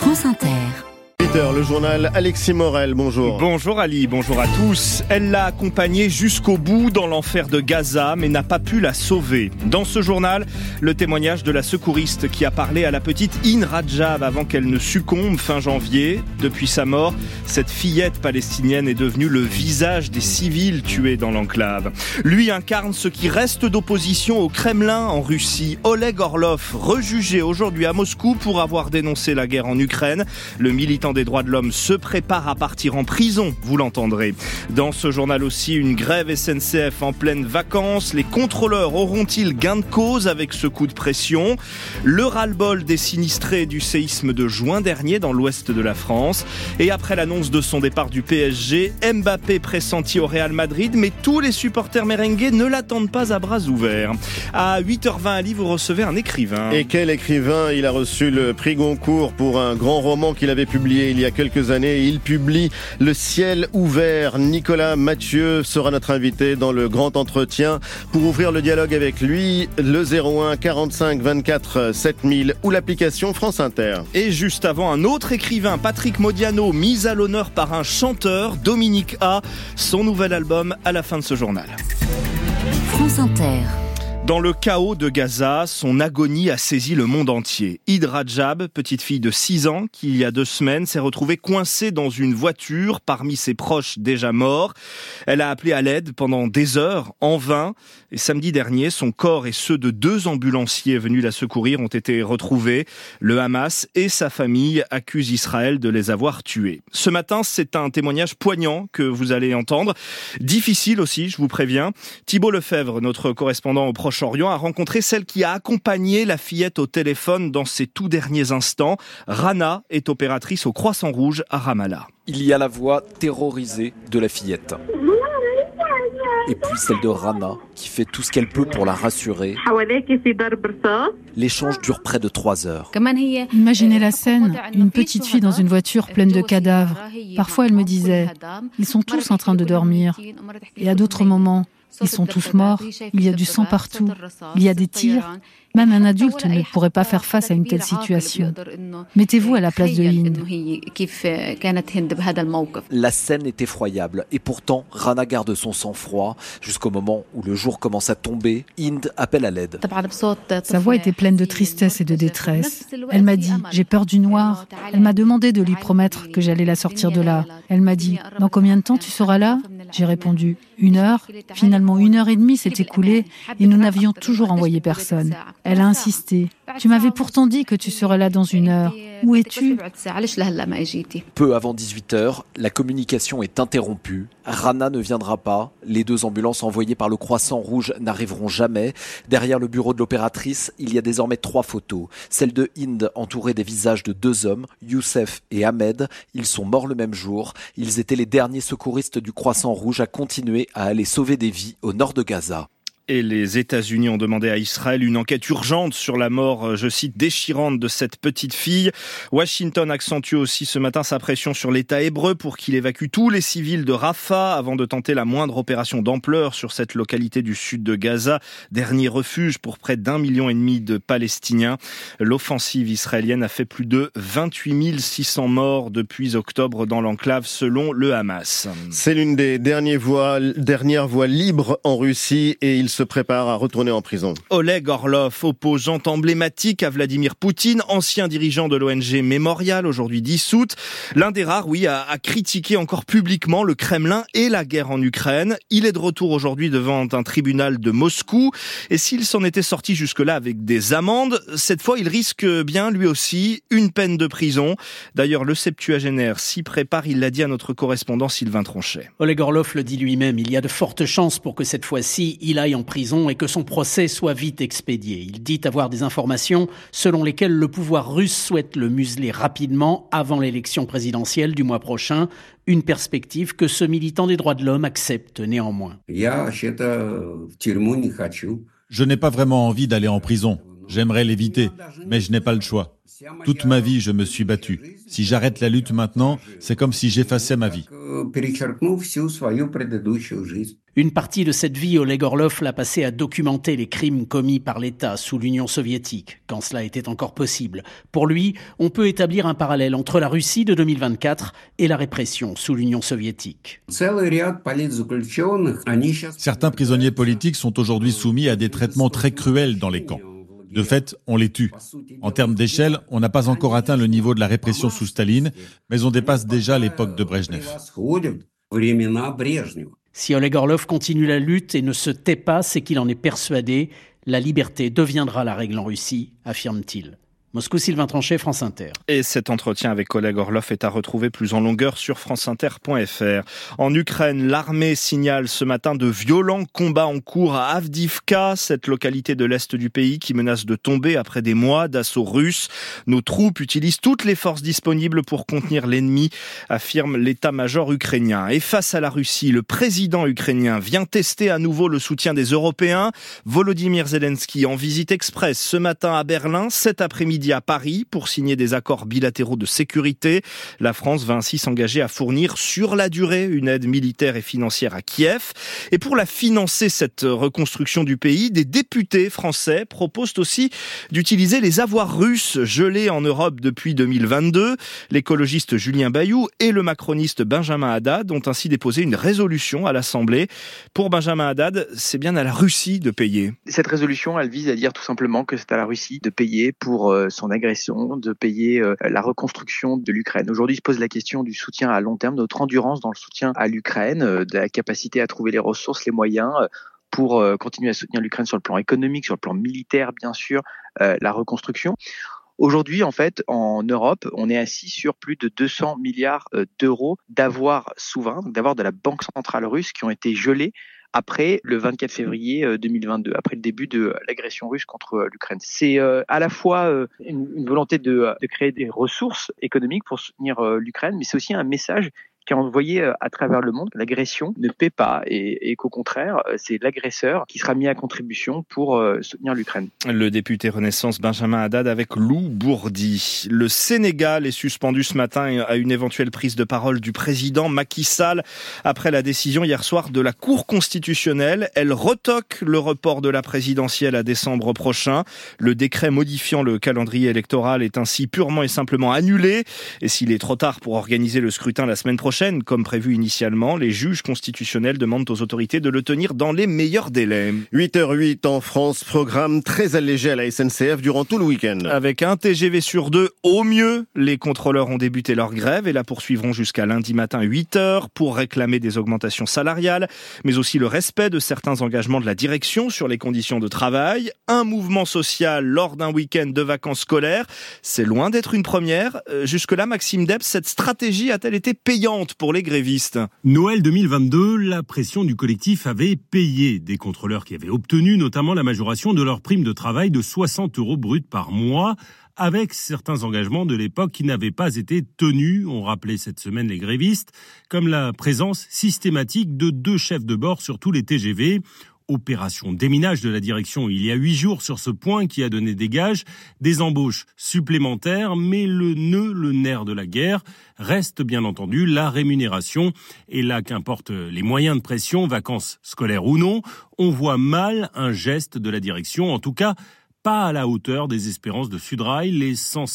France Inter. Le journal Alexis Morel, bonjour. Bonjour Ali, bonjour à tous. Elle l'a accompagnée jusqu'au bout dans l'enfer de Gaza, mais n'a pas pu la sauver. Dans ce journal, le témoignage de la secouriste qui a parlé à la petite Hind Rajab avant qu'elle ne succombe fin janvier. Depuis sa mort, cette fillette palestinienne est devenue le visage des civils tués dans l'enclave. Lui incarne ce qui reste d'opposition au Kremlin en Russie. Oleg Orlov, rejugé aujourd'hui à Moscou pour avoir dénoncé la guerre en Ukraine. Le militant des droits de l'homme se prépare à partir en prison, vous l'entendrez. Dans ce journal aussi, une grève SNCF en pleine vacances. Les contrôleurs auront-ils gain de cause avec ce coup de pression ? Le ras-le-bol des sinistrés du séisme de juin dernier dans l'ouest de la France. Et après l'annonce de son départ du PSG, Mbappé pressenti au Real Madrid, mais tous les supporters merengues ne l'attendent pas à bras ouverts. À 8h20, Ali, vous recevez un écrivain. Et quel écrivain ? Il a reçu le prix Goncourt pour un grand roman qu'il avait publié il y a quelques années. Il publie Le ciel ouvert. Nicolas Mathieu sera notre invité dans le grand entretien pour ouvrir le dialogue avec lui. Le 01 45 24 7000 ou l'application France Inter. Et juste avant, un autre écrivain, Patrick Modiano, mis à l'honneur par un chanteur, Dominique A. Son nouvel album à la fin de ce journal. France Inter. Dans le chaos de Gaza, son agonie a saisi le monde entier. Hind Rajab, petite fille de 6 ans, qui il y a 2 semaines s'est retrouvée coincée dans une voiture parmi ses proches déjà morts. Elle a appelé à l'aide pendant des heures, en vain. Et samedi dernier, son corps et ceux de 2 ambulanciers venus la secourir ont été retrouvés. Le Hamas et sa famille accusent Israël de les avoir tués. Ce matin, c'est un témoignage poignant que vous allez entendre. Difficile aussi, je vous préviens. Thibault Lefebvre, notre correspondant au Proche-Orient, a rencontré celle qui a accompagné la fillette au téléphone dans ses tout derniers instants. Rana est opératrice au Croissant-Rouge à Ramallah. Il y a la voix terrorisée de la fillette. Et puis celle de Rana, qui fait tout ce qu'elle peut pour la rassurer. L'échange dure près de 3 heures. Imaginez la scène, une petite fille dans une voiture pleine de cadavres. Parfois elle me disait, ils sont tous en train de dormir. Et à d'autres moments, ils sont tous morts, il y a du sang partout, il y a des tirs. Même un adulte ne pourrait pas faire face à une telle situation. Mettez-vous à la place de Hind. La scène est effroyable et pourtant Rana garde son sang-froid jusqu'au moment où le jour commence à tomber. Hind appelle à l'aide. Sa voix était pleine de tristesse et de détresse. Elle m'a dit « j'ai peur du noir ». Elle m'a demandé de lui promettre que j'allais la sortir de là. Elle m'a dit « dans combien de temps tu seras là ?» J'ai répondu « 1 heure ». Finalement 1h30 s'est écoulée et nous n'avions toujours envoyé personne. Elle a insisté. Tu m'avais pourtant dit que tu serais là dans 1 heure. Où es-tu ? Peu avant 18h, la communication est interrompue. Rana ne viendra pas. Les 2 ambulances envoyées par le Croissant-Rouge n'arriveront jamais. Derrière le bureau de l'opératrice, il y a désormais 3 photos. Celle de Hind entourée des visages de 2 hommes, Youssef et Ahmed. Ils sont morts le même jour. Ils étaient les derniers secouristes du Croissant-Rouge à continuer à aller sauver des vies au nord de Gaza. Et les États-Unis ont demandé à Israël une enquête urgente sur la mort, je cite, déchirante de cette petite fille. Washington accentue aussi ce matin sa pression sur l'État hébreu pour qu'il évacue tous les civils de Rafah avant de tenter la moindre opération d'ampleur sur cette localité du sud de Gaza, dernier refuge pour près d'1,5 million de Palestiniens. L'offensive israélienne a fait plus de 28 600 morts depuis octobre dans l'enclave selon le Hamas. C'est l'une des dernières voies libres en Russie et il se prépare à retourner en prison. Oleg Orlov, opposant emblématique à Vladimir Poutine, ancien dirigeant de l'ONG Mémorial, aujourd'hui dissoute. L'un des rares, a critiqué encore publiquement le Kremlin et la guerre en Ukraine. Il est de retour aujourd'hui devant un tribunal de Moscou. Et s'il s'en était sorti jusque-là avec des amendes, cette fois, il risque bien, lui aussi, une peine de prison. D'ailleurs, le septuagénaire s'y prépare, il l'a dit à notre correspondant Sylvain Tronchet. Oleg Orlov le dit lui-même, il y a de fortes chances pour que cette fois-ci, il aille en prison et que son procès soit vite expédié. Il dit avoir des informations selon lesquelles le pouvoir russe souhaite le museler rapidement avant l'élection présidentielle du mois prochain. Une perspective que ce militant des droits de l'homme accepte néanmoins. Je n'ai pas vraiment envie d'aller en prison. J'aimerais l'éviter, mais je n'ai pas le choix. Toute ma vie, je me suis battu. Si j'arrête la lutte maintenant, c'est comme si j'effaçais ma vie. Une partie de cette vie, Oleg Orlov l'a passé à documenter les crimes commis par l'État sous l'Union soviétique, quand cela était encore possible. Pour lui, on peut établir un parallèle entre la Russie de 2024 et la répression sous l'Union soviétique. Certains prisonniers politiques sont aujourd'hui soumis à des traitements très cruels dans les camps. De fait, on les tue. En termes d'échelle, on n'a pas encore atteint le niveau de la répression sous Staline, mais on dépasse déjà l'époque de Brejnev. Si Oleg Orlov continue la lutte et ne se tait pas, c'est qu'il en est persuadé. La liberté deviendra la règle en Russie, affirme-t-il. Moscou, Sylvain Tranchet, France Inter. Et cet entretien avec Oleg Orlov est à retrouver plus en longueur sur franceinter.fr. En Ukraine, l'armée signale ce matin de violents combats en cours à Avdiivka, cette localité de l'est du pays qui menace de tomber après des mois d'assaut russe. Nos troupes utilisent toutes les forces disponibles pour contenir l'ennemi, affirme l'état-major ukrainien. Et face à la Russie, le président ukrainien vient tester à nouveau le soutien des Européens. Volodymyr Zelensky en visite express ce matin à Berlin, cet après-midi à Paris pour signer des accords bilatéraux de sécurité. La France va ainsi s'engager à fournir sur la durée une aide militaire et financière à Kiev. Et pour la financer, cette reconstruction du pays, des députés français proposent aussi d'utiliser les avoirs russes gelés en Europe depuis 2022. L'écologiste Julien Bayou et le macroniste Benjamin Haddad ont ainsi déposé une résolution à l'Assemblée. Pour Benjamin Haddad, c'est bien à la Russie de payer. Cette résolution, elle vise à dire tout simplement que c'est à la Russie de payer pour son agression, de payer la reconstruction de l'Ukraine. Aujourd'hui, se pose la question du soutien à long terme, de notre endurance dans le soutien à l'Ukraine, de la capacité à trouver les ressources, les moyens pour continuer à soutenir l'Ukraine sur le plan économique, sur le plan militaire, bien sûr, la reconstruction. Aujourd'hui, en fait, en Europe, on est assis sur plus de 200 milliards d'euros d'avoirs souverains, donc d'avoirs de la Banque centrale russe qui ont été gelés après le 24 février 2022, après le début de l'agression russe contre l'Ukraine. C'est à la fois une volonté de créer des ressources économiques pour soutenir l'Ukraine, mais c'est aussi un message qui est envoyé à travers le monde. L'agression ne paie pas et qu'au contraire, c'est l'agresseur qui sera mis à contribution pour soutenir l'Ukraine. Le député Renaissance Benjamin Haddad avec Lou Bourdi. Le Sénégal est suspendu ce matin à une éventuelle prise de parole du président Macky Sall après la décision hier soir de la Cour constitutionnelle. Elle retoque le report de la présidentielle à décembre prochain. Le décret modifiant le calendrier électoral est ainsi purement et simplement annulé. Et s'il est trop tard pour organiser le scrutin la semaine prochaine, comme prévu initialement, les juges constitutionnels demandent aux autorités de le tenir dans les meilleurs délais. 8h08 en France, programme très allégé à la SNCF durant tout le week-end. Avec un TGV sur 2 au mieux, les contrôleurs ont débuté leur grève et la poursuivront jusqu'à lundi matin 8h pour réclamer des augmentations salariales, mais aussi le respect de certains engagements de la direction sur les conditions de travail. Un mouvement social lors d'un week-end de vacances scolaires, c'est loin d'être une première. Jusque-là, Maxime Debs, cette stratégie a-t-elle été payante pour les grévistes? Noël 2022, la pression du collectif avait payé. Des contrôleurs qui avaient obtenu notamment la majoration de leur prime de travail de 60 € brut par mois, avec certains engagements de l'époque qui n'avaient pas été tenus, ont rappelé cette semaine les grévistes, comme la présence systématique de 2 chefs de bord sur tous les TGV. Opération déminage de la direction il y a 8 jours sur ce point qui a donné des gages, des embauches supplémentaires, mais le nerf de la guerre reste bien entendu la rémunération. Et là, qu'importe les moyens de pression, vacances scolaires ou non, on voit mal un geste de la direction, en tout cas pas à la hauteur des espérances de Sudrail, les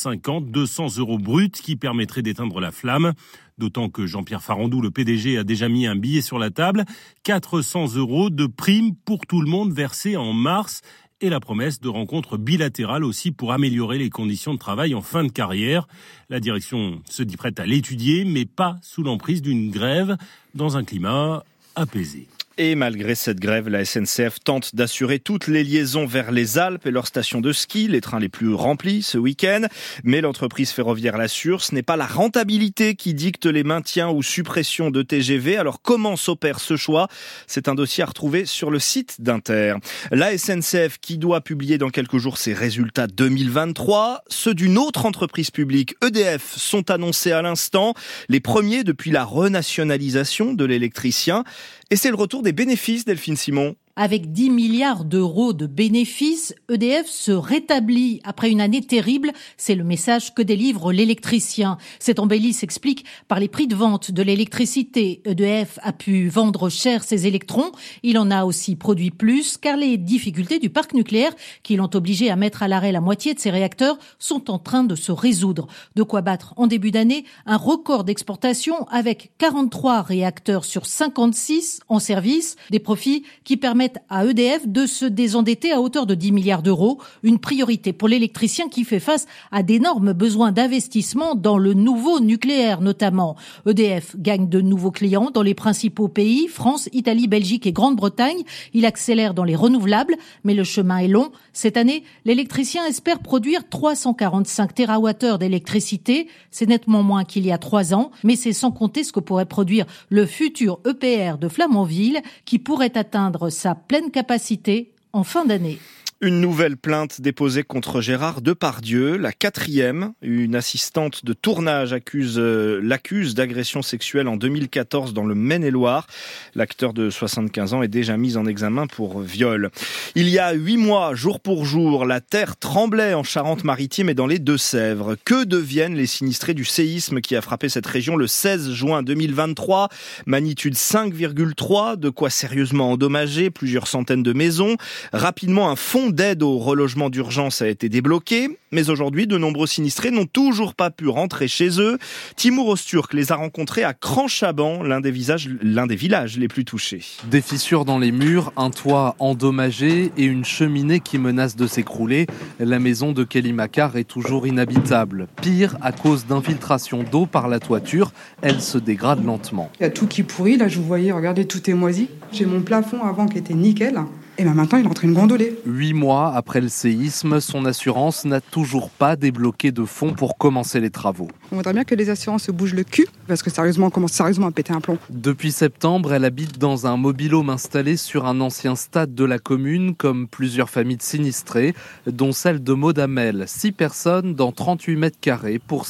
150-200 € bruts qui permettraient d'éteindre la flamme. D'autant que Jean-Pierre Farandou, le PDG, a déjà mis un billet sur la table. 400 € de primes pour tout le monde versées en mars. Et la promesse de rencontres bilatérales aussi pour améliorer les conditions de travail en fin de carrière. La direction se dit prête à l'étudier, mais pas sous l'emprise d'une grève, dans un climat apaisé. Et malgré cette grève, la SNCF tente d'assurer toutes les liaisons vers les Alpes et leurs stations de ski, les trains les plus remplis ce week-end. Mais l'entreprise ferroviaire l'assure, ce n'est pas la rentabilité qui dicte les maintiens ou suppressions de TGV. Alors comment s'opère ce choix? C'est un dossier à retrouver sur le site d'Inter. La SNCF qui doit publier dans quelques jours ses résultats 2023. Ceux d'une autre entreprise publique, EDF, sont annoncés à l'instant. Les premiers depuis la renationalisation de l'électricien. Et c'est le retour des bénéfices, Delphine Simon. Avec 10 milliards d'euros de bénéfices, EDF se rétablit après une année terrible. C'est le message que délivre l'électricien. Cette embellie s'explique par les prix de vente de l'électricité. EDF a pu vendre cher ses électrons. Il en a aussi produit plus car les difficultés du parc nucléaire qui l'ont obligé à mettre à l'arrêt la moitié de ses réacteurs sont en train de se résoudre. De quoi battre en début d'année un record d'exportation avec 43 réacteurs sur 56 en service. Des profits qui permettent à EDF de se désendetter à hauteur de 10 milliards d'euros. Une priorité pour l'électricien qui fait face à d'énormes besoins d'investissement dans le nouveau nucléaire notamment. EDF gagne de nouveaux clients dans les principaux pays, France, Italie, Belgique et Grande-Bretagne. Il accélère dans les renouvelables, mais le chemin est long. Cette année, l'électricien espère produire 345 TWh d'électricité. C'est nettement moins qu'il y a 3 ans, mais c'est sans compter ce que pourrait produire le futur EPR de Flamanville qui pourrait atteindre sa pleine capacité en fin d'année. Une nouvelle plainte déposée contre Gérard Depardieu, la 4e. Une assistante de tournage l'accuse d'agression sexuelle en 2014 dans le Maine-et-Loire. L'acteur de 75 ans est déjà mis en examen pour viol. Il y a 8 mois, jour pour jour, la terre tremblait en Charente-Maritime et dans les Deux-Sèvres. Que deviennent les sinistrés du séisme qui a frappé cette région le 16 juin 2023 ? Magnitude 5,3, de quoi sérieusement endommager plusieurs centaines de maisons. Rapidement, un fonds d'aide au relogement d'urgence a été débloqué, mais aujourd'hui, de nombreux sinistrés n'ont toujours pas pu rentrer chez eux. Timur Öztürk les a rencontrés à Cran-Chaban, l'un des villages les plus touchés. Des fissures dans les murs, un toit endommagé et une cheminée qui menace de s'écrouler. La maison de Kelly Makar est toujours inhabitable. Pire, à cause d'infiltration d'eau par la toiture, elle se dégrade lentement. Il y a tout qui pourrit, là je vous voyais, regardez, tout est moisi. J'ai mon plafond avant qui était nickel. Et bien maintenant, il est en train de gondoler. 8 mois après le séisme, son assurance n'a toujours pas débloqué de fonds pour commencer les travaux. On voudrait bien que les assurances se bougent le cul, parce que sérieusement, on commence sérieusement à péter un plomb. Depuis septembre, elle habite dans un mobil-home installé sur un ancien stade de la commune, comme plusieurs familles de sinistrés, dont celle de Maud Hamel. 6 personnes dans 38 mètres carrés pour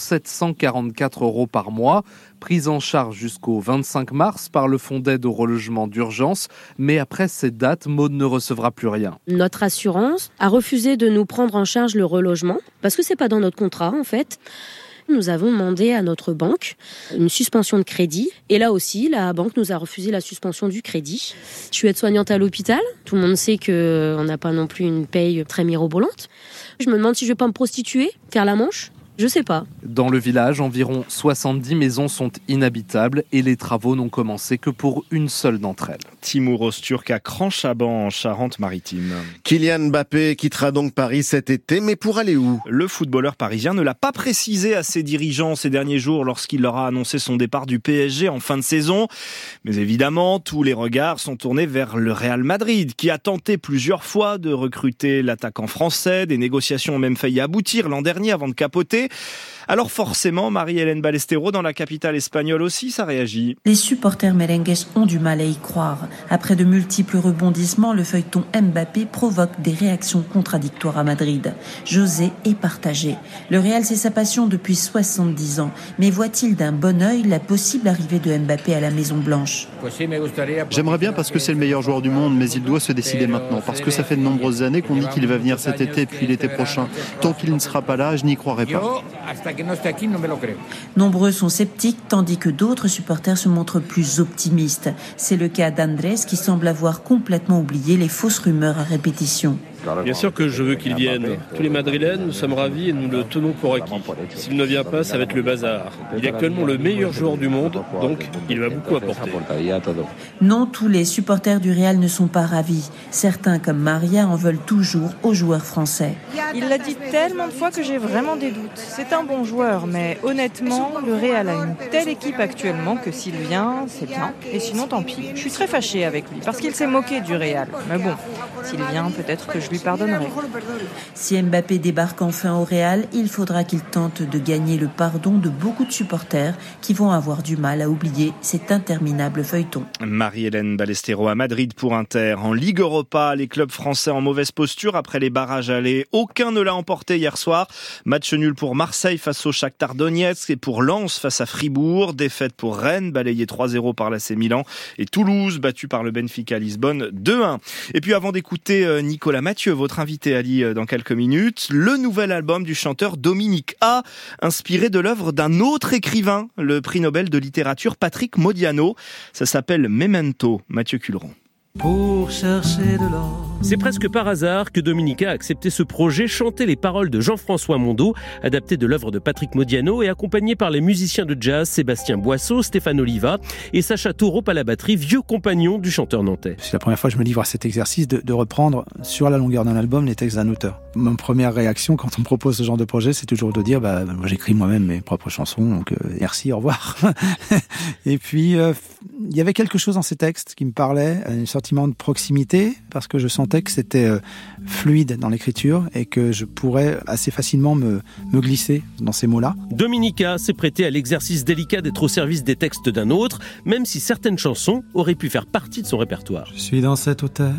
744 € par mois, prise en charge jusqu'au 25 mars par le fonds d'aide au relogement d'urgence. Mais après cette date, Maud ne recevra plus rien. Notre assurance a refusé de nous prendre en charge le relogement, parce que c'est pas dans notre contrat en fait. Nous avons demandé à notre banque une suspension de crédit. Et là aussi, la banque nous a refusé la suspension du crédit. Je suis aide-soignante à l'hôpital. Tout le monde sait qu'on n'a pas non plus une paye très mirobolante. Je me demande si je vais pas me prostituer, faire la manche. Je sais pas. Dans le village, environ 70 maisons sont inhabitables et les travaux n'ont commencé que pour une seule d'entre elles. Timur Öztürk à Cran-Chaban en Charente-Maritime. Kylian Mbappé quittera donc Paris cet été, mais pour aller où ? Le footballeur parisien ne l'a pas précisé à ses dirigeants ces derniers jours lorsqu'il leur a annoncé son départ du PSG en fin de saison. Mais évidemment, tous les regards sont tournés vers le Real Madrid qui a tenté plusieurs fois de recruter l'attaquant français. Des négociations ont même failli aboutir l'an dernier avant de capoter. Alors forcément, Marie-Hélène Ballesteros, dans la capitale espagnole aussi, ça réagit. Les supporters merengues ont du mal à y croire. Après de multiples rebondissements, le feuilleton Mbappé provoque des réactions contradictoires à Madrid. José est partagé. Le Real, c'est sa passion depuis 70 ans. Mais voit-il d'un bon œil la possible arrivée de Mbappé à la Maison-Blanche ? J'aimerais bien parce que c'est le meilleur joueur du monde, mais il doit se décider maintenant. Parce que ça fait de nombreuses années qu'on dit qu'il va venir cet été puis l'été prochain. Tant qu'il ne sera pas là, je n'y croirai pas. Nombreux sont sceptiques, tandis que d'autres supporters se montrent plus optimistes. C'est le cas d'Andrés qui semble avoir complètement oublié les fausses rumeurs à répétition. Bien sûr que je veux qu'il vienne. Tous les Madrilènes, nous sommes ravis et nous le tenons pour acquis. S'il ne vient pas, ça va être le bazar. Il est actuellement le meilleur joueur du monde, donc il va beaucoup apporter. Non, tous les supporters du Real ne sont pas ravis. Certains, comme Maria, en veulent toujours aux joueurs français. Il l'a dit tellement de fois que j'ai vraiment des doutes. C'est un bon joueur, mais honnêtement, le Real a une telle équipe actuellement que s'il vient, c'est bien. Et sinon, tant pis. Je suis très fâchée avec lui, parce qu'il s'est moqué du Real. Mais bon, s'il vient, peut-être que je lui pardonnerai. Si Mbappé débarque enfin au Real, il faudra qu'il tente de gagner le pardon de beaucoup de supporters qui vont avoir du mal à oublier cet interminable feuilleton. Marie-Hélène Ballesteros à Madrid pour Inter. En Ligue Europa, les clubs français en mauvaise posture après les barrages allés. Aucun ne l'a emporté hier soir. Match nul pour Marseille face au Shakhtar Donetsk et pour Lens face à Fribourg. Défaite pour Rennes, balayée 3-0 par l'AC Milan. Et Toulouse, battu par le Benfica Lisbonne 2-1. Et puis avant d'écouter Nicolas Mathieu, votre invité Ali dans quelques minutes, le nouvel album du chanteur Dominique A, inspiré de l'œuvre d'un autre écrivain, le prix Nobel de littérature Patrick Modiano. Ça s'appelle Memento. Mathieu Culeron. Pour chercher de l'or. C'est presque par hasard que Dominica a accepté ce projet, chanter les paroles de Jean-François Mondeau, adapté de l'œuvre de Patrick Modiano et accompagné par les musiciens de jazz Sébastien Boisseau, Stéphane Oliva et Sacha Taurup à la batterie, vieux compagnon du chanteur nantais. C'est la première fois que je me livre à cet exercice de reprendre sur la longueur d'un album les textes d'un auteur. Ma première réaction quand on me propose ce genre de projet, c'est toujours de dire moi j'écris moi-même mes propres chansons, donc merci, au revoir. Et puis il y avait quelque chose dans ces textes qui me parlait, un sentiment de proximité, parce que je sentais que c'était fluide dans l'écriture et que je pourrais assez facilement me glisser dans ces mots-là. Dominica s'est prêté à l'exercice délicat d'être au service des textes d'un autre, même si certaines chansons auraient pu faire partie de son répertoire. Je suis dans cet hôtel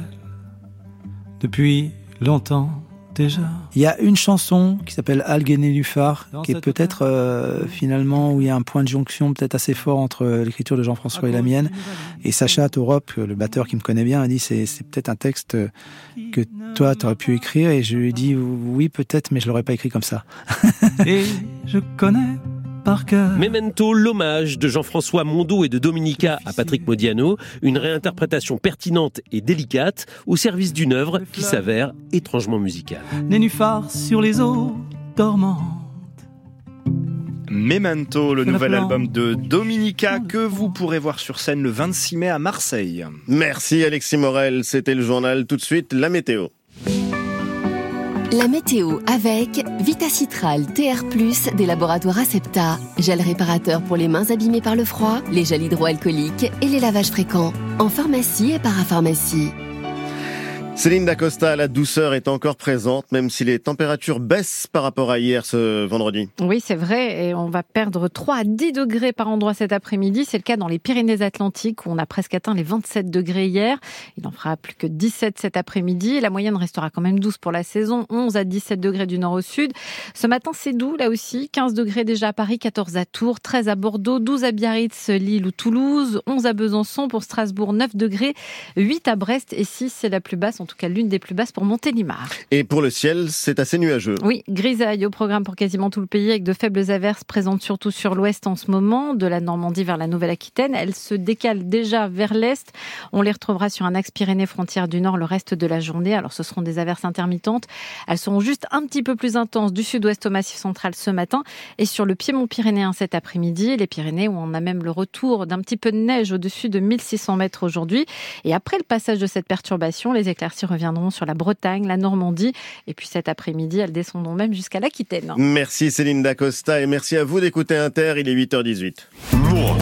depuis longtemps déjà. Il y a une chanson qui s'appelle Algues Nénuphar, qui est peut-être finalement où il y a un point de jonction peut-être assez fort entre l'écriture de Jean-François et la mienne. Et Sacha Taurup, le batteur qui me connaît bien, a dit c'est peut-être un texte que toi t'aurais pu écrire. Et je lui ai dit oui peut-être, mais je l'aurais pas écrit comme ça. Et je connais par cœur Memento, l'hommage de Jean-François Mondeau et de Dominica à Patrick Modiano, une réinterprétation pertinente et délicate au service d'une œuvre qui s'avère étrangement musicale. Nénuphar sur les eaux dormantes. Memento, le nouvel album de Dominica que vous pourrez voir sur scène le 26 mai à Marseille. Merci Alexis Morel, c'était le journal. Tout de suite, la météo. La météo avec Vitacitral TR+, des laboratoires Acepta. Gel réparateur pour les mains abîmées par le froid, les gels hydroalcooliques et les lavages fréquents. En pharmacie et parapharmacie. Céline Dacosta, la douceur est encore présente, même si les températures baissent par rapport à hier ce vendredi. Oui, c'est vrai, et on va perdre 3 à 10 degrés par endroit cet après-midi. C'est le cas dans les Pyrénées-Atlantiques, où on a presque atteint les 27 degrés hier. Il en fera plus que 17 cet après-midi. La moyenne restera quand même 12 pour la saison, 11 à 17 degrés du nord au sud. Ce matin, c'est doux, là aussi. 15 degrés déjà à Paris, 14 à Tours, 13 à Bordeaux, 12 à Biarritz, Lille ou Toulouse, 11 à Besançon, pour Strasbourg, 9 degrés, 8 à Brest, et 6, c'est la plus basse, en tout cas l'une des plus basses pour Montélimar. Et pour le ciel, c'est assez nuageux. Oui, grisaille au programme pour quasiment tout le pays, avec de faibles averses présentes surtout sur l'ouest en ce moment, de la Normandie vers la Nouvelle-Aquitaine. Elles se décalent déjà vers l'est. On les retrouvera sur un axe Pyrénées frontière du nord le reste de la journée. Alors ce seront des averses intermittentes. Elles seront juste un petit peu plus intenses du sud-ouest au Massif central ce matin et sur le piémont pyrénéen cet après-midi. Les Pyrénées où on a même le retour d'un petit peu de neige au-dessus de 1600 mètres aujourd'hui. Et après le passage de cette perturbation, les éclaircies reviendront sur la Bretagne, la Normandie, et puis cet après-midi, elles descendront même jusqu'à l'Aquitaine. Merci Céline Dacosta et merci à vous d'écouter Inter, il est 8h18.